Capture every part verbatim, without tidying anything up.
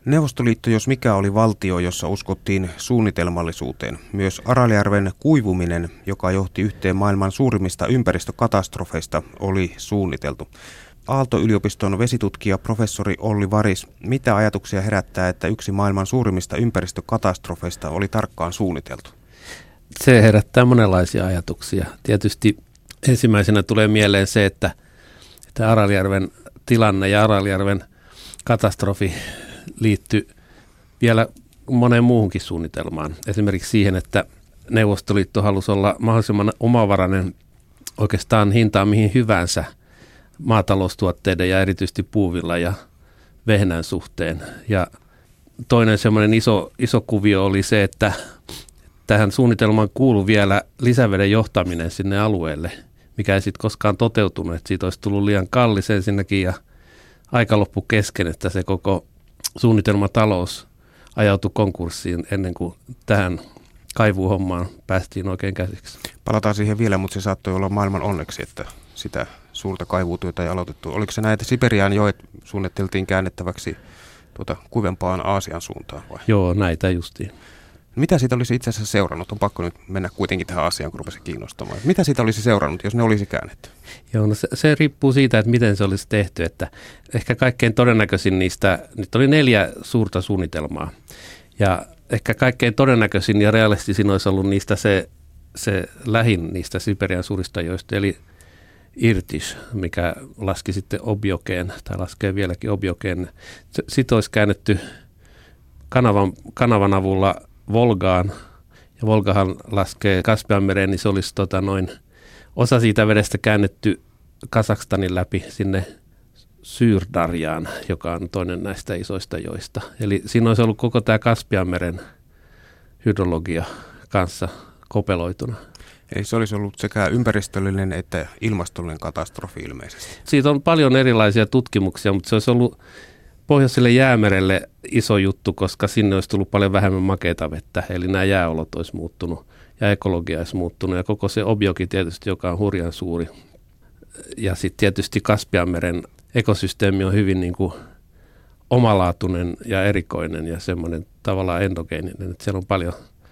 Neuvostoliitto, jos mikä, oli valtio, jossa uskottiin suunnitelmallisuuteen. Myös Araljärven kuivuminen, joka johti yhteen maailman suurimmista ympäristökatastrofeista, oli suunniteltu. Aalto-yliopiston vesitutkija professori Olli Varis, mitä ajatuksia herättää, että yksi maailman suurimmista ympäristökatastrofeista oli tarkkaan suunniteltu? Se herättää monenlaisia ajatuksia. Tietysti ensimmäisenä tulee mieleen se, että, että Araljärven tilanne ja Araljärven katastrofi liittyi vielä moneen muuhunkin suunnitelmaan. Esimerkiksi siihen, että Neuvostoliitto halusi olla mahdollisimman omavarainen oikeastaan hintaan mihin hyvänsä maataloustuotteiden ja erityisesti puuvilla ja vehnän suhteen. Ja toinen semmoinen iso, iso kuvio oli se, että tähän suunnitelmaan kuului vielä lisäveden johtaminen sinne alueelle, mikä ei sitten koskaan toteutunut. Että siitä olisi tullut liian kallis ensinnäkin ja aika loppu kesken, että se koko suunnitelmatalous ajautui konkurssiin ennen kuin tähän kaivuuhommaan päästiin oikein käsiksi. Palataan siihen vielä, mutta se saattoi olla maailman onneksi, että sitä suurta kaivuutyötä ei aloitettu. Oliko se näin, että Siperian joet suunniteltiin käännettäväksi tuota kuivempaan Aasian suuntaan vai? Joo, näitä justiin. Mitä siitä olisi itse asiassa seurannut? On pakko nyt mennä kuitenkin tähän asiaan, kun rupesi kiinnostamaan. Mitä siitä olisi seurannut, jos ne olisi käännetty? Joo, no se, se riippuu siitä, että miten se olisi tehty. Että ehkä kaikkein todennäköisin niistä, nyt oli neljä suurta suunnitelmaa. Ja ehkä kaikkein todennäköisin ja realistisin olisi ollut niistä se, se lähin niistä Siperian suurista joista, eli Irtish, mikä laski sitten Obiokeen, tai laskee vieläkin Obiokeen. Sitten olisi käännetty kanavan, kanavan avulla Volgaan, ja Volgahan laskee Kaspianmereen, niin se olisi tota noin, osa siitä vedestä käännetty Kazakstanin läpi sinne Syrdarjaan, joka on toinen näistä isoista joista. Eli siinä olisi ollut koko tämä Kaspianmeren hydrologia kanssa kopeloituna. Eli se olisi ollut sekä ympäristöllinen että ilmastollinen katastrofi ilmeisesti. Siitä on paljon erilaisia tutkimuksia, mutta se olisi ollut Pohjoiselle jäämerelle iso juttu, koska sinne olisi tullut paljon vähemmän makeata vettä, eli nämä jääolot olisi muuttunut ja ekologia olisi muuttunut ja koko se Obioki tietysti, joka on hurjan suuri. Ja sitten tietysti Kaspianmeren ekosysteemi on hyvin niin kuin omalaatuinen ja erikoinen ja semmoinen tavallaan endogeeninen, että siellä on paljon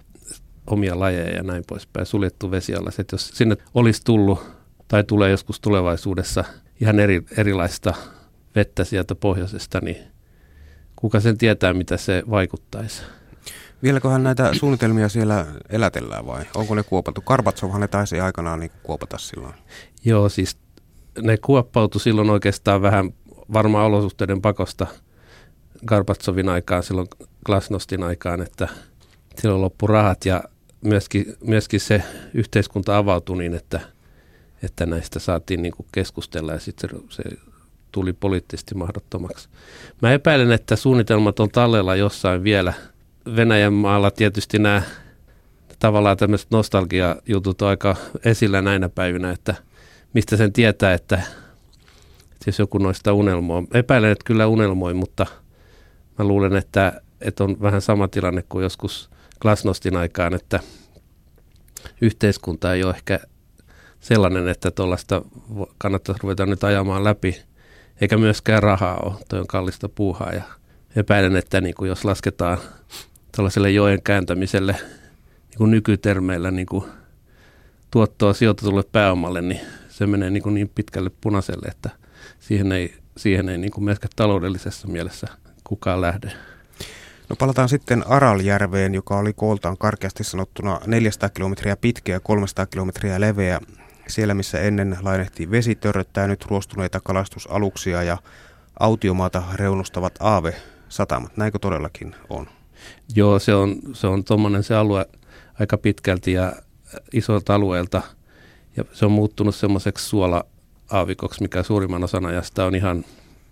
omia lajeja ja näin poispäin, suljettu vesiallas. Että jos sinne olisi tullut tai tulee joskus tulevaisuudessa ihan eri, erilaista vettä sieltä pohjoisesta, niin kuka sen tietää, mitä se vaikuttaisi. Vieläköhän näitä suunnitelmia siellä elätellään vai onko ne kuopattu? Karbatsovhan ne taisi aikanaan niin kuopata silloin. Joo, siis ne kuoppautui silloin oikeastaan vähän varmaan olosuhteiden pakosta Gorbatsovin aikaan, silloin glasnostin aikaan, että silloin loppui rahat ja myöskin, myöskin se yhteiskunta avautui niin, että, että näistä saatiin niin kuin keskustella ja sitten se, se tuli poliittisesti mahdottomaksi. Mä epäilen, että suunnitelmat on tallella jossain vielä. Venäjän maalla tietysti nämä tavallaan tämmöiset nostalgia-jutut on aika esillä näinä päivinä, että mistä sen tietää, että, että jos joku noista unelmoi. Epäilen, että kyllä unelmoi, mutta mä luulen, että, että on vähän sama tilanne kuin joskus glasnostin aikaan, että yhteiskunta ei ole ehkä sellainen, että tuollaista kannattaisi ruveta nyt ajamaan läpi, eikä myöskään rahaa ole. Toi on kallista puuhaa ja epäilen, että niin kuin jos lasketaan tällaiselle joen kääntämiselle niin kuin nykytermeillä niin kuin tuottoa sijoitetulle pääomalle, niin se menee niin, kuin niin pitkälle punaiselle, että siihen ei, siihen ei niin kuin myöskään taloudellisessa mielessä kukaan lähde. No palataan sitten Araljärveen, joka oli kooltaan karkeasti sanottuna neljäsataa kilometriä pitkä ja kolmesataa kilometriä leveä. Siellä, missä ennen lainehti vesi, törröttää nyt ruostuneita kalastusaluksia ja autiomaata reunustavat aavesatamat. Näinkö todellakin on? Joo, se on, se on tuommoinen se alue aika pitkälti ja isolta alueelta. Ja se on muuttunut semmoiseksi suola-aavikoksi, mikä suurimman osan ajasta on ihan,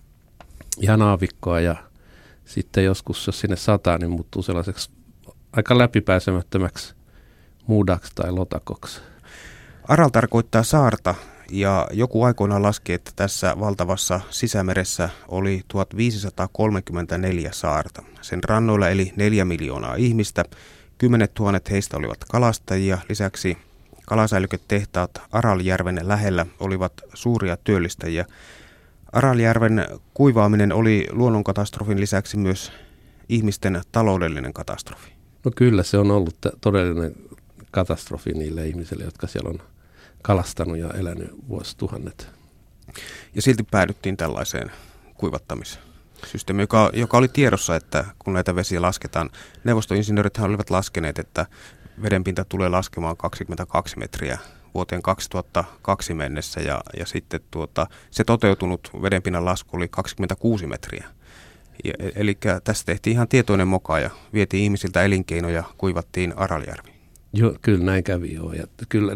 ihan aavikkoa. Ja sitten joskus, jos sinne sataa, niin muuttuu sellaiseksi aika läpipääsemättömäksi muudaksi tai lotakoksi. Aral tarkoittaa saarta ja joku aikoinaan laski, että tässä valtavassa sisämeressä oli tuhatviisisataakolmekymmentäneljä saarta. Sen rannoilla eli neljä miljoonaa ihmistä. Kymmenet tuhannet heistä olivat kalastajia. Lisäksi kalasäilyketehtaat Araljärven lähellä olivat suuria työllistäjiä. Araljärven kuivaaminen oli luonnonkatastrofin lisäksi myös ihmisten taloudellinen katastrofi? No kyllä se on ollut todellinen katastrofi niille ihmisille, jotka siellä on kalastanut ja elänyt vuosituhannet. Ja silti päädyttiin tällaiseen kuivattamissysteemiin, joka, joka oli tiedossa, että kun näitä vesiä lasketaan, neuvostoinsinöörithän olivat laskeneet, että vedenpinta tulee laskemaan kaksikymmentäkaksi metriä vuoteen kaksituhattakaksi mennessä ja, ja sitten tuota, se toteutunut vedenpinnan lasku oli kaksikymmentäkuusi metriä. Ja, eli tässä tehtiin ihan tietoinen moka ja vietiin ihmisiltä elinkeinoja, kuivattiin Araljärvi. Joo, kyllä näin kävi joo. Ja kyllä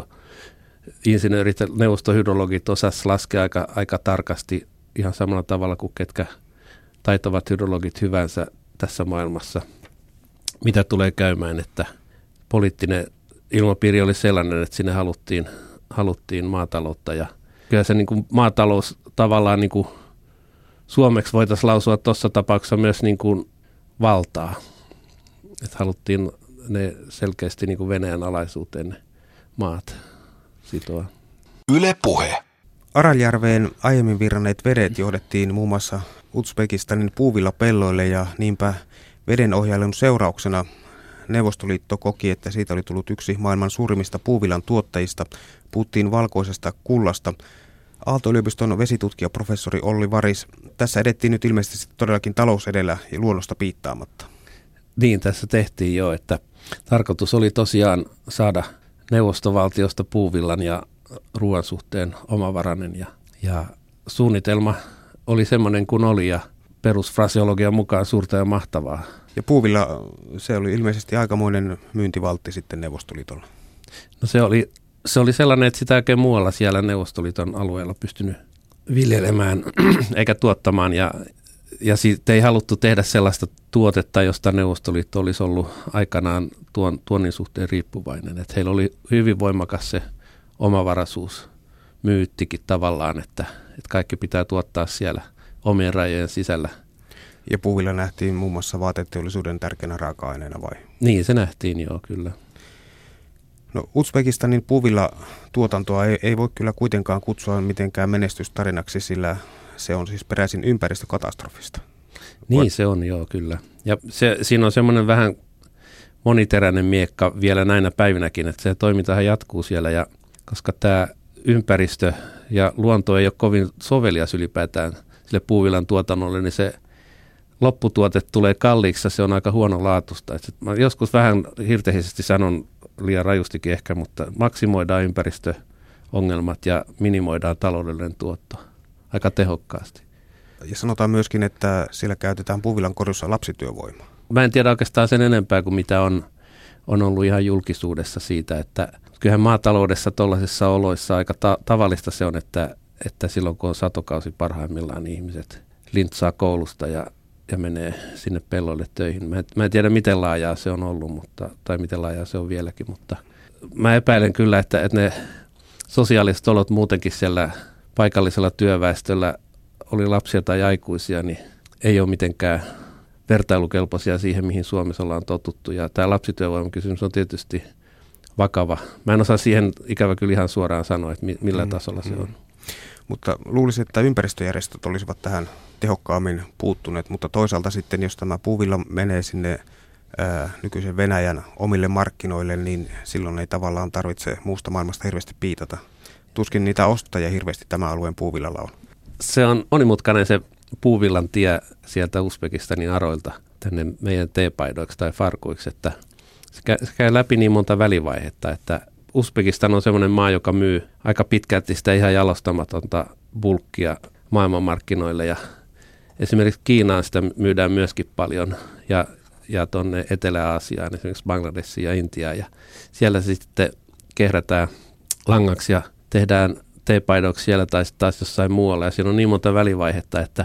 neuvostoinsinöörit ja neuvostohydrologit osasivat laskea aika, aika tarkasti ihan samalla tavalla kuin ketkä taitavat hydrologit hyvänsä tässä maailmassa. Mitä tulee käymään, että poliittinen ilmapiiri oli sellainen, että sinne haluttiin, haluttiin maataloutta. Ja kyllä se niin kuin maatalous tavallaan niin kuin suomeksi voitaisiin lausua tuossa tapauksessa myös niin kuin valtaa. Että haluttiin ne selkeästi niin kuin Venäjän alaisuuteen ne maat sitoa. Yle Puhe. Araljärveen aiemmin virranneet vedet johdettiin muun muassa Uzbekistanin puuvillapelloille ja niinpä vedenohjailun seurauksena Neuvostoliitto koki, että siitä oli tullut yksi maailman suurimmista puuvillan tuottajista. Puhuttiin valkoisesta kullasta. Aalto-yliopiston vesitutkija professori Olli Varis, tässä edettiin nyt ilmeisesti todellakin talous edellä ja luonnosta piittaamatta. Niin, tässä tehtiin jo, että tarkoitus oli tosiaan saada neuvostovaltiosta puuvillan ja ruoan suhteen omavarainen ja, ja suunnitelma oli semmoinen kuin oli ja perusfraseologian mukaan suurta ja mahtavaa. Ja puuvilla se oli ilmeisesti aikamoinen myyntivaltti sitten Neuvostoliitolla. No se oli, se oli sellainen, että sitä oikein muualla siellä Neuvostoliiton alueella pystynyt viljelemään eikä tuottamaan ja Ja sitten ei haluttu tehdä sellaista tuotetta, josta Neuvostoliitto olisi ollut aikanaan tuon, tuonnin suhteen riippuvainen. Että heillä oli hyvin voimakas se omavaraisuus myyttikin tavallaan, että, että kaikki pitää tuottaa siellä omien rajojen sisällä. Ja puuvilla nähtiin muun muassa vaateteollisuuden tärkeänä raaka-aineena vai? Niin, se nähtiin joo, kyllä. No Uzbekistanin puuvilla tuotantoa ei, ei voi kyllä kuitenkaan kutsua mitenkään menestystarinaksi, sillä se on siis peräisin ympäristökatastrofista. Niin se on, joo, kyllä. Ja se, siinä on semmoinen vähän moniteräinen miekka vielä näinä päivinäkin, että se toimintahan jatkuu siellä, ja koska tämä ympäristö ja luonto ei ole kovin sovelias ylipäätään sille puuvillan tuotannolle, niin se lopputuote tulee kalliiksi, se on aika huonolaatuista. Et mä joskus vähän hirteisesti sanon, liian rajustikin ehkä, mutta maksimoidaan ympäristöongelmat ja minimoidaan taloudellinen tuotto aika tehokkaasti. Ja sanotaan myöskin, että siellä käytetään puuvillan korjuussa lapsityövoimaa. Mä en tiedä oikeastaan sen enempää kuin mitä on, on ollut ihan julkisuudessa siitä, että kyllähän maataloudessa tuollaisissa oloissa aika ta- tavallista se on, että, että silloin kun on satokausi parhaimmillaan, niin ihmiset lintsaa koulusta ja, ja menee sinne pelloille töihin. Mä en, mä en tiedä, miten laajaa se on ollut, mutta, tai miten laajaa se on vieläkin, mutta mä epäilen kyllä, että, että ne sosiaaliset olot muutenkin siellä paikallisella työväestöllä, oli lapsia tai aikuisia, niin ei ole mitenkään vertailukelpoisia siihen, mihin Suomessa ollaan totuttu. Ja tämä lapsityövoimakysymys on tietysti vakava. Mä en osaa siihen ikävä kyllä ihan suoraan sanoa, että millä tasolla se on. Mm. Mutta luulisin, että ympäristöjärjestöt olisivat tähän tehokkaammin puuttuneet, mutta toisaalta sitten, jos tämä puuvilla menee sinne ää, nykyisen Venäjän omille markkinoille, niin silloin ei tavallaan tarvitse muusta maailmasta hirveästi piitata. Tuskin niitä ostajia hirveästi tämän alueen puuvillalla on. Se on monimutkainen se puuvillan tie sieltä Uzbekistanin aroilta tänne meidän teepaidoiksi tai farkuiksi, että se käy, se käy läpi niin monta välivaihetta, että Uzbekistan on semmoinen maa, joka myy aika pitkälti sitä ihan jalostamatonta bulkkia maailmanmarkkinoille ja esimerkiksi Kiinaan sitä myydään myöskin paljon ja, ja tuonne Etelä-Aasiaan, esimerkiksi Bangladesiin ja Intiaan ja siellä sitten kehrätään langaksi ja tehdään teepaidoiksi siellä tai taas jossain muualla. Ja siinä on niin monta välivaihetta, että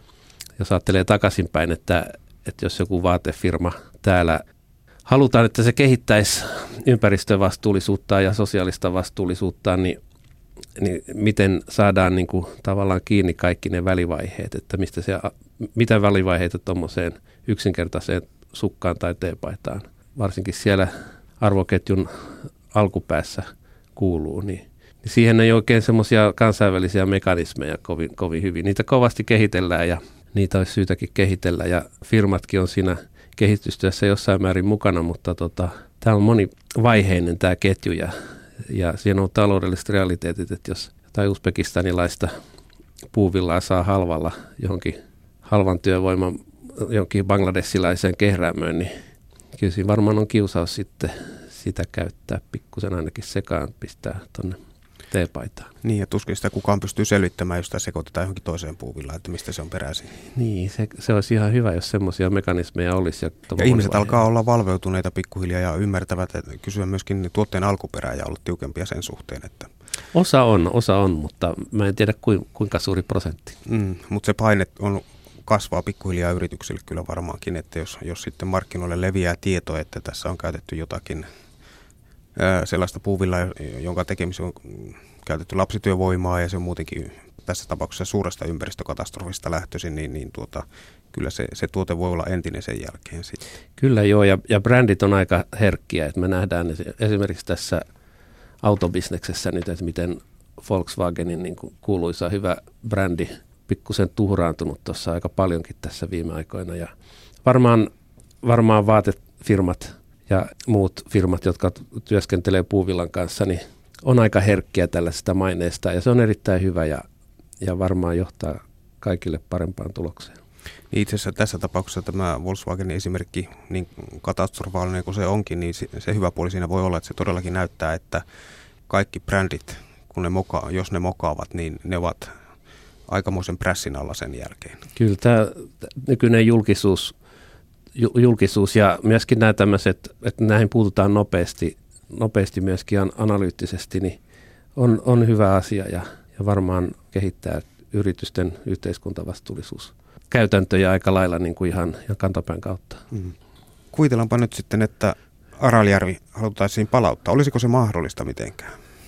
jos ajattelee takaisinpäin, että, että jos joku vaatefirma täällä halutaan, että se kehittäisi ympäristövastuullisuutta ja sosiaalista vastuullisuutta, niin, niin miten saadaan niin kuin tavallaan kiinni kaikki ne välivaiheet, että mistä se, mitä välivaiheita tuommoiseen yksinkertaiseen sukkaan tai teepaitaan, varsinkin siellä arvoketjun alkupäässä kuuluu, niin siihen ei oikein semmoisia kansainvälisiä mekanismeja kovin, kovin hyvin. Niitä kovasti kehitellään ja niitä olisi syytäkin kehitellä ja firmatkin on siinä kehitystyössä jossain määrin mukana, mutta tota, tämä on monivaiheinen tämä ketju ja, ja siinä on taloudelliset realiteetit, että jos jotain uzbekistanilaista puuvillaa saa halvalla johonkin halvan työvoiman johonkin bangladesilaiseen kehräämöön, niin kyllä siinä varmaan on kiusaus sitten sitä käyttää pikkusen ainakin sekaan, pistää tuonne teepaitaan. Niin, ja tuskin sitä kukaan pystyy selvittämään, jos sitä sekoitetaan johonkin toiseen puuvillaan, että mistä se on peräisin. Niin, se, se olisi ihan hyvä, jos semmoisia mekanismeja olisi. Ja, ja ihmiset alkaa olla valveutuneita pikkuhiljaa ja ymmärtävät, että kysyä myöskin tuotteen alkuperää ja olla tiukempia sen suhteen. Että Osa on, osa on, mutta mä en tiedä kuinka suuri prosentti. Mm, mutta se paine on, kasvaa pikkuhiljaa yrityksille kyllä varmaankin, että jos, jos sitten markkinoille leviää tieto, että tässä on käytetty jotakin ää, sellaista puuvillaa, jonka tekemiseen on käytetty lapsityövoimaa ja se on muutenkin tässä tapauksessa suuresta ympäristökatastrofista lähtöisin, niin, niin tuota, kyllä se, se tuote voi olla entinen sen jälkeen sitten. Kyllä joo, ja, ja brändit on aika herkkiä, että me nähdään esimerkiksi tässä autobisneksessä nyt, että miten Volkswagenin niin kuin kuuluisa hyvä brändi pikkusen tuhraantunut tuossa aika paljonkin tässä viime aikoina. Ja varmaan, varmaan vaatefirmat ja muut firmat, jotka työskentelee puuvillan kanssa, niin on aika herkkiä tällaisesta maineesta ja se on erittäin hyvä ja, ja varmaan johtaa kaikille parempaan tulokseen. Itse asiassa tässä tapauksessa tämä Volkswagenin esimerkki, niin katastrofaalinen kuin se onkin, niin se, se hyvä puoli siinä voi olla, että se todellakin näyttää, että kaikki brändit, kun ne moka, jos ne mokaavat, niin ne ovat aikamoisen prässin alla sen jälkeen. Kyllä tämä nykyinen julkisuus, julkisuus ja myöskin nämä tämmöiset, että näihin puututaan nopeasti, nopeasti myöskin analyyttisesti, niin on, on hyvä asia ja, ja varmaan kehittää yritysten yhteiskuntavastuullisuus käytäntöjä aika lailla niin kuin ihan, ihan kantapään kautta. Mm. Kuvitellaanpa nyt sitten, että Araljärvi halutaisiin palauttaa. Olisiko se mahdollista mitenkään?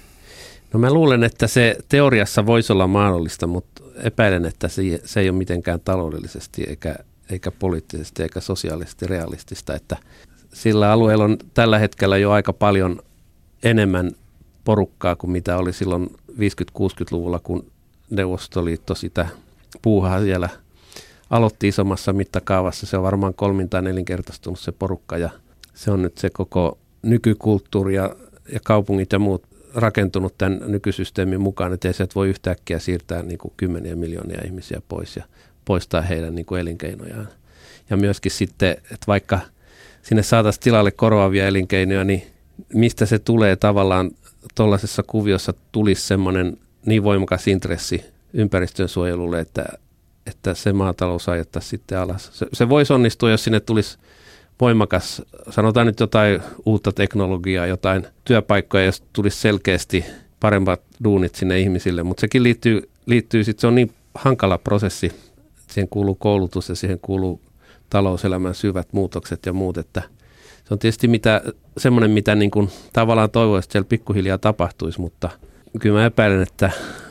No mä luulen, että se teoriassa voisi olla mahdollista, mutta epäilen, että se, se ei ole mitenkään taloudellisesti eikä, eikä poliittisesti eikä sosiaalisesti realistista. Että sillä alueella on tällä hetkellä jo aika paljon enemmän porukkaa kuin mitä oli silloin viisikymmentä-kuusikymmentäluvulla, kun Neuvostoliitto sitä puuhaa siellä aloitti isommassa mittakaavassa. Se on varmaan kolmin tai nelinkertaistunut se porukka ja se on nyt se koko nykykulttuuri ja, ja kaupungit ja muut rakentunut tämän nykysysteemin mukaan, että ei sieltä voi yhtäkkiä siirtää niin kuin kymmeniä miljoonia ihmisiä pois ja poistaa heidän niin kuin elinkeinojaan. Ja myöskin sitten, että vaikka sinne saataisiin tilalle korvaavia elinkeinoja, niin mistä se tulee tavallaan tuollaisessa kuviossa tulisi semmoinen niin voimakas intressi ympäristön suojelulle, että, että se maatalous ajettaisiin sitten alas. Se, se voisi onnistua, jos sinne tulisi voimakas, sanotaan nyt jotain uutta teknologiaa, jotain työpaikkoja, jos tulisi selkeästi paremmat duunit sinne ihmisille, mutta sekin liittyy, liittyy sitten, se on niin hankala prosessi, siihen kuuluu koulutus ja siihen kuuluu talouselämän syvät muutokset ja muut, että se on tietysti mitä, semmoinen, mitä niin kuin tavallaan toivoisi, että siellä pikkuhiljaa tapahtuisi, mutta kyllä mä epäilen, että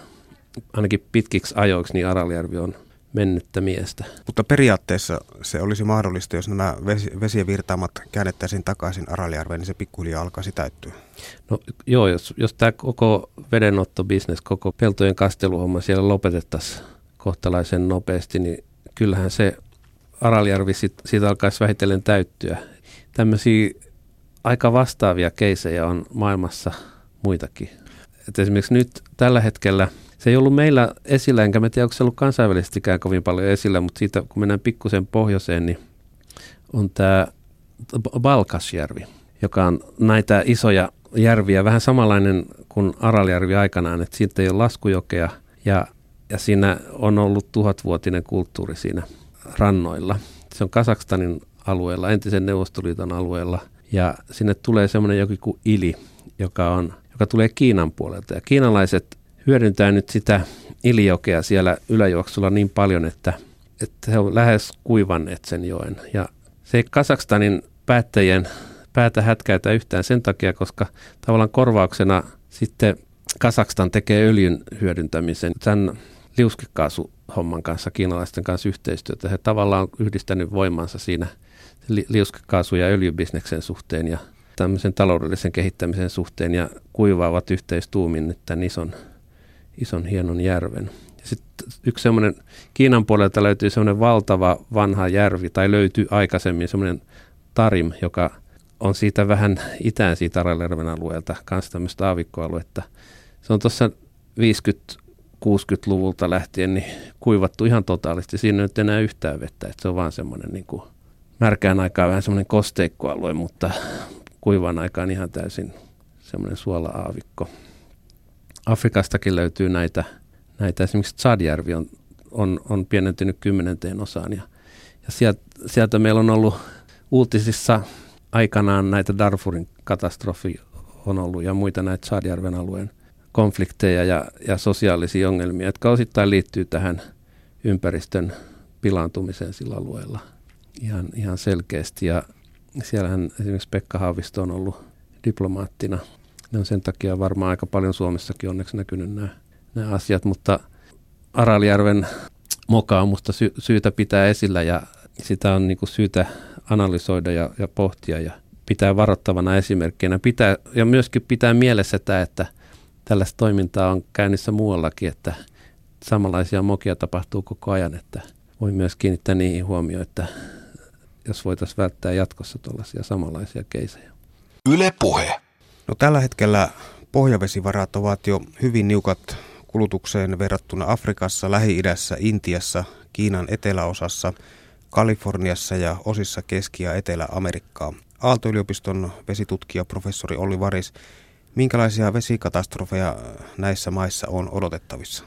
ainakin pitkiksi ajoiksi niin Araljärvi on mennyttä miestä. Mutta periaatteessa se olisi mahdollista, jos nämä vesien virtaamat käännettäisiin takaisin Araljärveen, niin se pikkuhiljaa alkaisi täyttyä. No joo, jos, jos tämä koko vedenottobisnes, koko peltojen kasteluhomma siellä lopetettaisiin kohtalaisen nopeasti, niin kyllähän se Araljärvi sit, siitä alkaisi vähitellen täyttyä. Tämmöisiä aika vastaavia keisejä on maailmassa muitakin. Et esimerkiksi nyt tällä hetkellä se ei ollut meillä esillä, enkä mä tiedä, onko se ollut kansainvälisestikään kovin paljon esillä, mutta siitä kun mennään pikkusen pohjoiseen, niin on tämä Balkasjärvi, joka on näitä isoja järviä, vähän samanlainen kuin Araljärvi aikanaan, että siitä ei ole laskujokea ja, ja siinä on ollut tuhatvuotinen kulttuuri siinä rannoilla. Se on Kazakstanin alueella, entisen Neuvostoliiton alueella ja sinne tulee semmoinen jokin kuin Ili, joka, on, joka tulee Kiinan puolelta ja kiinalaiset hyödyntää nyt sitä Ilijokea siellä yläjuoksulla niin paljon, että, että he on lähes kuivanneet sen joen. Ja se ei Kazakstanin päättäjien päätä hätkäytä yhtään sen takia, koska tavallaan korvauksena sitten Kazakstan tekee öljyn hyödyntämisen tämän liuskekaasuhomman kanssa, kiinalaisten kanssa yhteistyötä. He tavallaan on yhdistänyt voimansa siinä li- liuskekaasu- ja öljybisneksen suhteen ja tämmöisen taloudellisen kehittämisen suhteen ja kuivaavat yhteistuumin nyt tämän ison ison hienon järven. Sitten yksi semmoinen, Kiinan puolelta löytyy semmoinen valtava vanha järvi, tai löytyy aikaisemmin semmoinen Tarim, joka on siitä vähän itään siitä Aralajärven alueelta, kanssa tämmöistä aavikkoaluetta. Se on tuossa viisikymmentä-kuusikymmentäluvulta lähtien niin kuivattu ihan totaalisesti. Siinä ei nyt enää yhtään vettä, että se on vaan semmoinen niin kuin märkään aikaa vähän semmoinen kosteikkoalue, mutta kuivan aikaan ihan täysin semmoinen suola-aavikko. Afrikastakin löytyy näitä, näitä esimerkiksi Tsadjärvi on, on, on pienentynyt kymmenenteen osaan ja, ja sieltä, sieltä meillä on ollut uutisissa aikanaan näitä Darfurin katastrofi on ollut ja muita näitä Tsadjärven alueen konflikteja ja, ja sosiaalisia ongelmia, jotka osittain liittyy tähän ympäristön pilaantumiseen sillä alueella ihan, ihan selkeästi. Ja siellähän esimerkiksi Pekka Haavisto on ollut diplomaattina. Ne on sen takia varmaan aika paljon Suomessakin onneksi näkynyt nämä, nämä asiat, mutta Aralajärven moka on musta sy- syytä pitää esillä ja sitä on niin kuin syytä analysoida ja, ja pohtia ja pitää varoittavana esimerkkinä. Pitää, ja myöskin pitää mielessä tämä, että tällaista toimintaa on käynnissä muuallakin, että samanlaisia mokia tapahtuu koko ajan, että voi myös kiinnittää niihin huomioon, että jos voitaisiin välttää jatkossa tuollaisia samanlaisia keisejä. Yle Puhe. No, tällä hetkellä pohjavesivarat ovat jo hyvin niukat kulutukseen verrattuna Afrikassa, Lähi-idässä, Intiassa, Kiinan eteläosassa, Kaliforniassa ja osissa Keski- ja Etelä-Amerikkaa. Aalto-yliopiston vesitutkija professori Olli Varis, minkälaisia vesikatastrofeja näissä maissa on odotettavissa?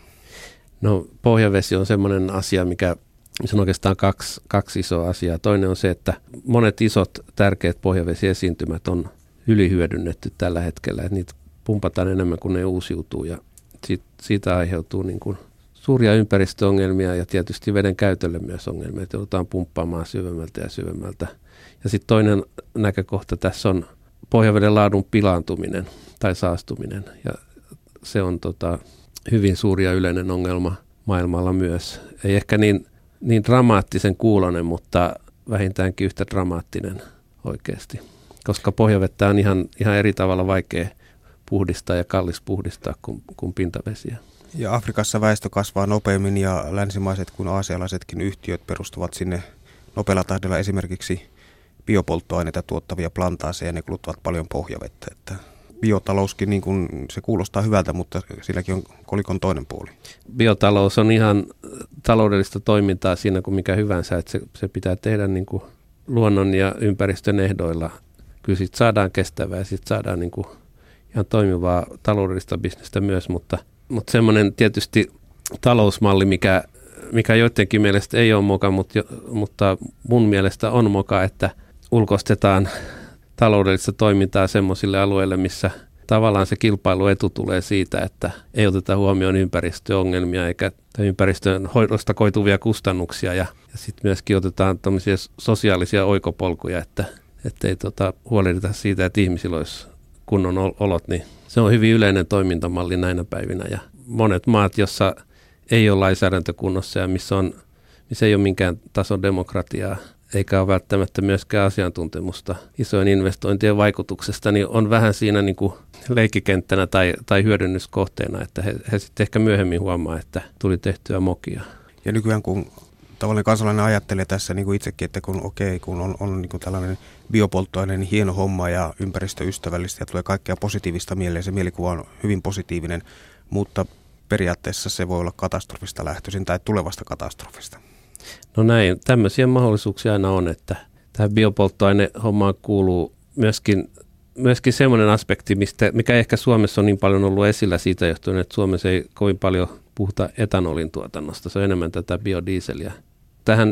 No, pohjavesi on semmoinen asia, mikä se on oikeastaan kaksi, kaksi isoa asiaa. Toinen on se, että monet isot tärkeät pohjavesiesiintymät on ylihyödynnetty tällä hetkellä. Että niitä pumpataan enemmän kuin ne uusiutuu ja siitä, siitä aiheutuu niin kuin suuria ympäristöongelmia ja tietysti veden käytölle myös ongelmia, että joudutaan pumppaamaan syvemmältä ja syvemmältä. Ja sitten toinen näkökohta tässä on pohjaveden laadun pilaantuminen tai saastuminen ja se on tota, hyvin suuri ja yleinen ongelma maailmalla myös. Ei ehkä niin, niin dramaattisen kuulonen, mutta vähintäänkin yhtä dramaattinen oikeasti, koska pohjavettä on ihan, ihan eri tavalla vaikea puhdistaa ja kallis puhdistaa kuin, kuin pintavesiä. Ja Afrikassa väestö kasvaa nopeammin ja länsimaiset kuin aasialaisetkin yhtiöt perustuvat sinne nopealla tahdilla esimerkiksi biopolttoaineita tuottavia plantaaseja, ja ne kuluttavat paljon pohjavettä. Että biotalouskin, niin kuin se kuulostaa hyvältä, mutta silläkin on kolikon toinen puoli. Biotalous on ihan taloudellista toimintaa siinä kuin mikä hyvänsä, että se, se pitää tehdä niin kuin luonnon ja ympäristön ehdoilla. Kyllä siitä saadaan kestävää ja siitä saadaan niin kuin ihan toimivaa taloudellista bisnestä myös, mutta, mutta semmoinen tietysti talousmalli, mikä, mikä joidenkin mielestä ei ole moka, mutta, mutta mun mielestä on moka, että ulkoistetaan taloudellista toimintaa semmoisille alueille, missä tavallaan se kilpailuetu tulee siitä, että ei oteta huomioon ympäristöongelmia eikä ympäristön hoidosta koituvia kustannuksia ja, ja sitten myöskin otetaan tämmöisiä sosiaalisia oikopolkuja, että ei tota, huolehdita siitä, että ihmisillä olisi kunnon olot, niin se on hyvin yleinen toimintamalli näinä päivinä ja monet maat, jossa ei ole lainsäädäntö kunnossa ja missä, on, missä ei ole minkään tason demokratiaa, eikä ole välttämättä myöskään asiantuntemusta isojen investointien vaikutuksesta, niin on vähän siinä niin kuin leikkikenttänä tai, tai hyödynnyskohteena, että he, he sitten ehkä myöhemmin huomaa, että tuli tehtyä mokia. Ja nykyään kun tavallinen kansalainen ajattelee tässä niin kuin itsekin, että kun okei, kun on, on niin kuin tällainen biopolttoaine, niin hieno homma ja ympäristöystävällistä ja tulee kaikkea positiivista mieleen, se mielikuva on hyvin positiivinen, mutta periaatteessa se voi olla katastrofista lähtöisin tai tulevasta katastrofista. No näin, tämmöisiä mahdollisuuksia aina on, että tähän biopolttoainehommaan kuuluu myöskin, myöskin semmoinen aspekti, mistä, mikä ehkä Suomessa on niin paljon ollut esillä siitä johtuen, että Suomessa ei kovin paljon puhuta etanolin tuotannosta, se on enemmän tätä biodieseliä. Tähän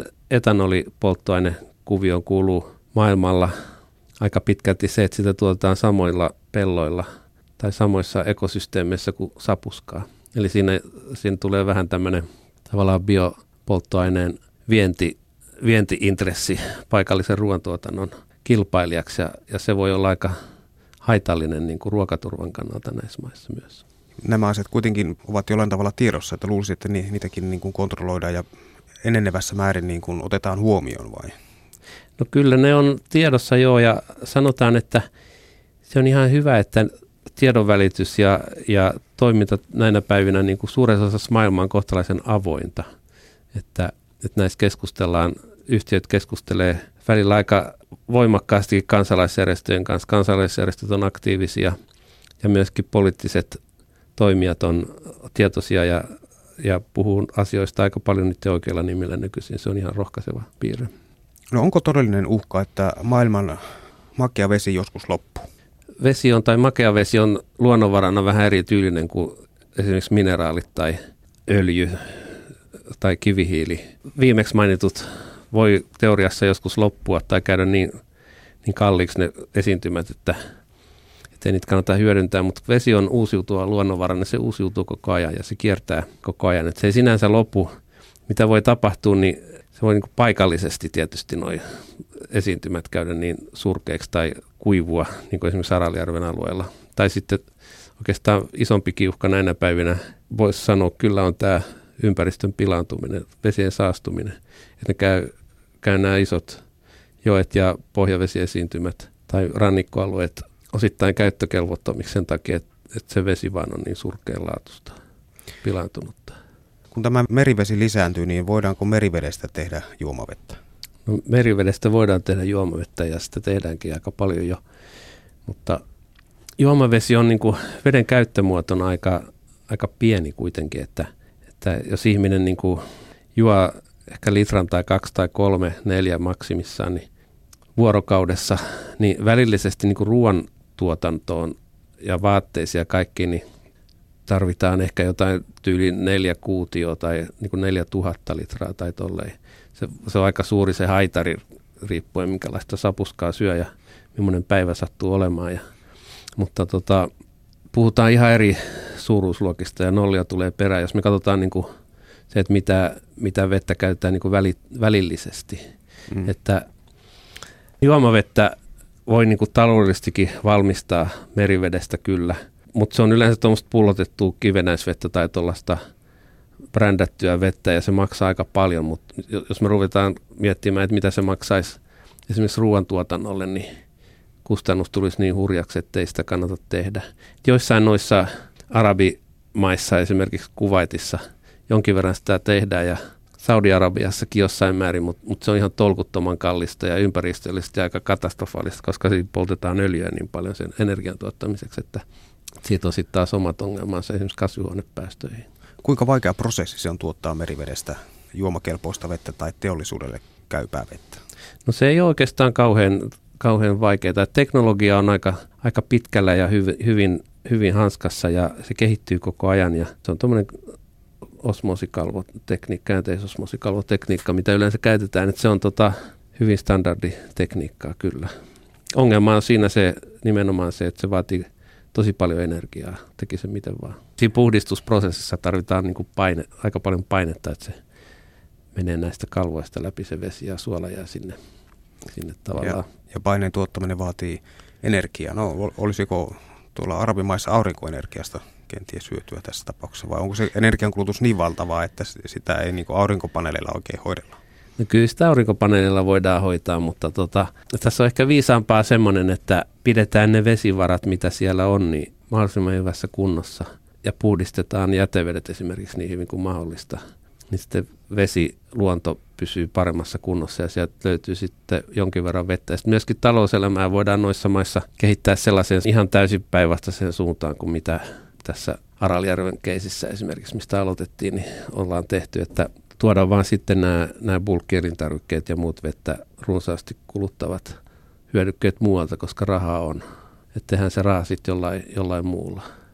etanolipolttoainekuvioon kuuluu maailmalla aika pitkälti se, että sitä tuotetaan samoilla pelloilla tai samoissa ekosysteemeissä kuin sapuskaa. Eli siinä, siinä tulee vähän tämmöinen tavallaan biopolttoaineen vienti, vienti-intressi paikallisen ruoantuotannon kilpailijaksi ja, ja se voi olla aika haitallinen niin kuin ruokaturvan kannalta näissä maissa myös. Nämä asiat kuitenkin ovat jollain tavalla tiedossa, että luulisin, että niitäkin niin kuin kontrolloidaan ja enenevässä määrin niin kuin otetaan huomioon vai? No kyllä ne on tiedossa joo ja sanotaan, että se on ihan hyvä, että tiedonvälitys ja, ja toiminta näinä päivinä niin kuin suuressa osassa maailmaa on kohtalaisen avointa. Että, että näissä keskustellaan, yhtiöt keskustelee välillä aika voimakkaasti kansalaisjärjestöjen kanssa. Kansalaisjärjestöt on aktiivisia ja myöskin poliittiset toimijat on tietoisia ja, ja puhuu asioista aika paljon niiden oikeilla nimillä nykyisin. Se on ihan rohkaiseva piirre. No onko todellinen uhka, että maailman makea vesi joskus loppuu? Vesi on tai makea vesi on luonnonvarana vähän erityylinen kuin esimerkiksi mineraalit tai öljy tai kivihiili. Viimeksi mainitut voi teoriassa joskus loppua tai käydä niin, niin kalliiksi ne esiintymät, että ei niitä kannata hyödyntää, mutta vesi on uusiutuva luonnonvarana, se uusiutuu koko ajan ja se kiertää koko ajan. Että se ei sinänsä lopu. Mitä voi tapahtua, niin se voi niin kuin paikallisesti tietysti nuo esiintymät käydä niin surkeiksi tai kuivua, niin kuin esimerkiksi Araljärven alueella. Tai sitten oikeastaan isompi kiuhka näinä päivinä, voisi sanoa, kyllä on tämä ympäristön pilaantuminen, vesien saastuminen. Että ne käy, käy nämä isot joet ja pohjavesiesiintymät tai rannikkoalueet osittain käyttökelvottomiksi sen takia, että, että se vesi vaan on niin surkeanlaatuista, pilaantunutta. Kun tämä merivesi lisääntyy, niin voidaanko merivedestä tehdä juomavettä? No, merivedestä voidaan tehdä juomavettä ja sitä tehdäänkin aika paljon jo, mutta juomavesi on niin kuin veden käyttömuotona aika, aika pieni kuitenkin, että, että jos ihminen niin kuin juo ehkä litran tai kaksi tai kolme, neljä maksimissaan niin vuorokaudessa, niin välillisesti niin kuin ruoantuotantoon ja vaatteisiin ja kaikkiin niin tarvitaan ehkä jotain tyyli neljä kuutioa tai niin kuin neljä tuhatta litraa tai tolleen. Se, se on aika suuri se haitari riippuen minkälaista sapuskaa syö ja millainen päivä sattuu olemaan. Ja, mutta tota, puhutaan ihan eri suuruusluokista ja nollia tulee perään. Jos me katsotaan niin kuin se, että mitä, mitä vettä käytetään niin kuin väli, välillisesti. Mm. Että juomavettä voi niin kuin taloudellisestikin valmistaa merivedestä kyllä, mutta se on yleensä tuommoista pullotettua kivenäisvettä tai tuollaista brändättyä vettä ja se maksaa aika paljon, mutta jos me ruvetaan miettimään, että mitä se maksaisi esimerkiksi ruoantuotannolle, niin kustannus tulisi niin hurjaksi, että ei sitä kannata tehdä. Joissain noissa arabimaissa, esimerkiksi Kuwaitissa, jonkin verran sitä tehdään ja Saudi-Arabiassakin jossain määrin, mutta, mutta se on ihan tolkuttoman kallista ja ympäristöllisesti aika katastrofaalista, koska siinä poltetaan öljyä niin paljon sen energian tuottamiseksi, että siitä on sitten taas omat ongelmansa esimerkiksi kasvihuonepäästöihin. Kuinka vaikea prosessi se on tuottaa merivedestä juomakelpoista vettä tai teollisuudelle käypää vettä? No se ei ole oikeastaan kauhean, kauhean vaikeaa. Teknologia on aika, aika pitkällä ja hyv, hyvin, hyvin hanskassa ja se kehittyy koko ajan ja se on tuommoinen osmoosikalvotekniikka, käänteisosmoosikalvotekniikka, mitä yleensä käytetään, että se on tota hyvin standarditekniikkaa kyllä. Ongelma on siinä se nimenomaan se, että se vaatii tosi paljon energiaa, teki se miten vaan. Siinä puhdistusprosessissa tarvitaan niin kuin paine, aika paljon painetta, että se menee näistä kalvoista läpi se vesi ja suola jää sinne, sinne tavallaan. Ja, ja paineen tuottaminen vaatii energiaa. No olisiko tuolla arabimaissa aurinkoenergiasta kenties hyötyä tässä tapauksessa, vai onko se energiankulutus niin valtavaa, että sitä ei niin kuin aurinkopaneeleilla oikein hoidella? No kyllä sitä aurinkopaneelilla voidaan hoitaa, mutta tota, tässä on ehkä viisaampaa semmoinen, että pidetään ne vesivarat, mitä siellä on, niin mahdollisimman hyvässä kunnossa ja puhdistetaan jätevedet esimerkiksi niin hyvin kuin mahdollista. Niin sitten vesiluonto pysyy paremmassa kunnossa ja sieltä löytyy sitten jonkin verran vettä. Ja sitten myöskin talouselämää voidaan noissa maissa kehittää sellaiseen ihan täysin päinvastaiseen suuntaan kuin mitä tässä Araljärven keisissä esimerkiksi, mistä aloitettiin, niin ollaan tehty, että tuodaan vaan sitten nämä, nämä bulkkielintarvikkeet ja muut vettä runsaasti kuluttavat hyödykkeet muualta, koska rahaa on. Että tehdään se raha sitten jollain, jollain muulla.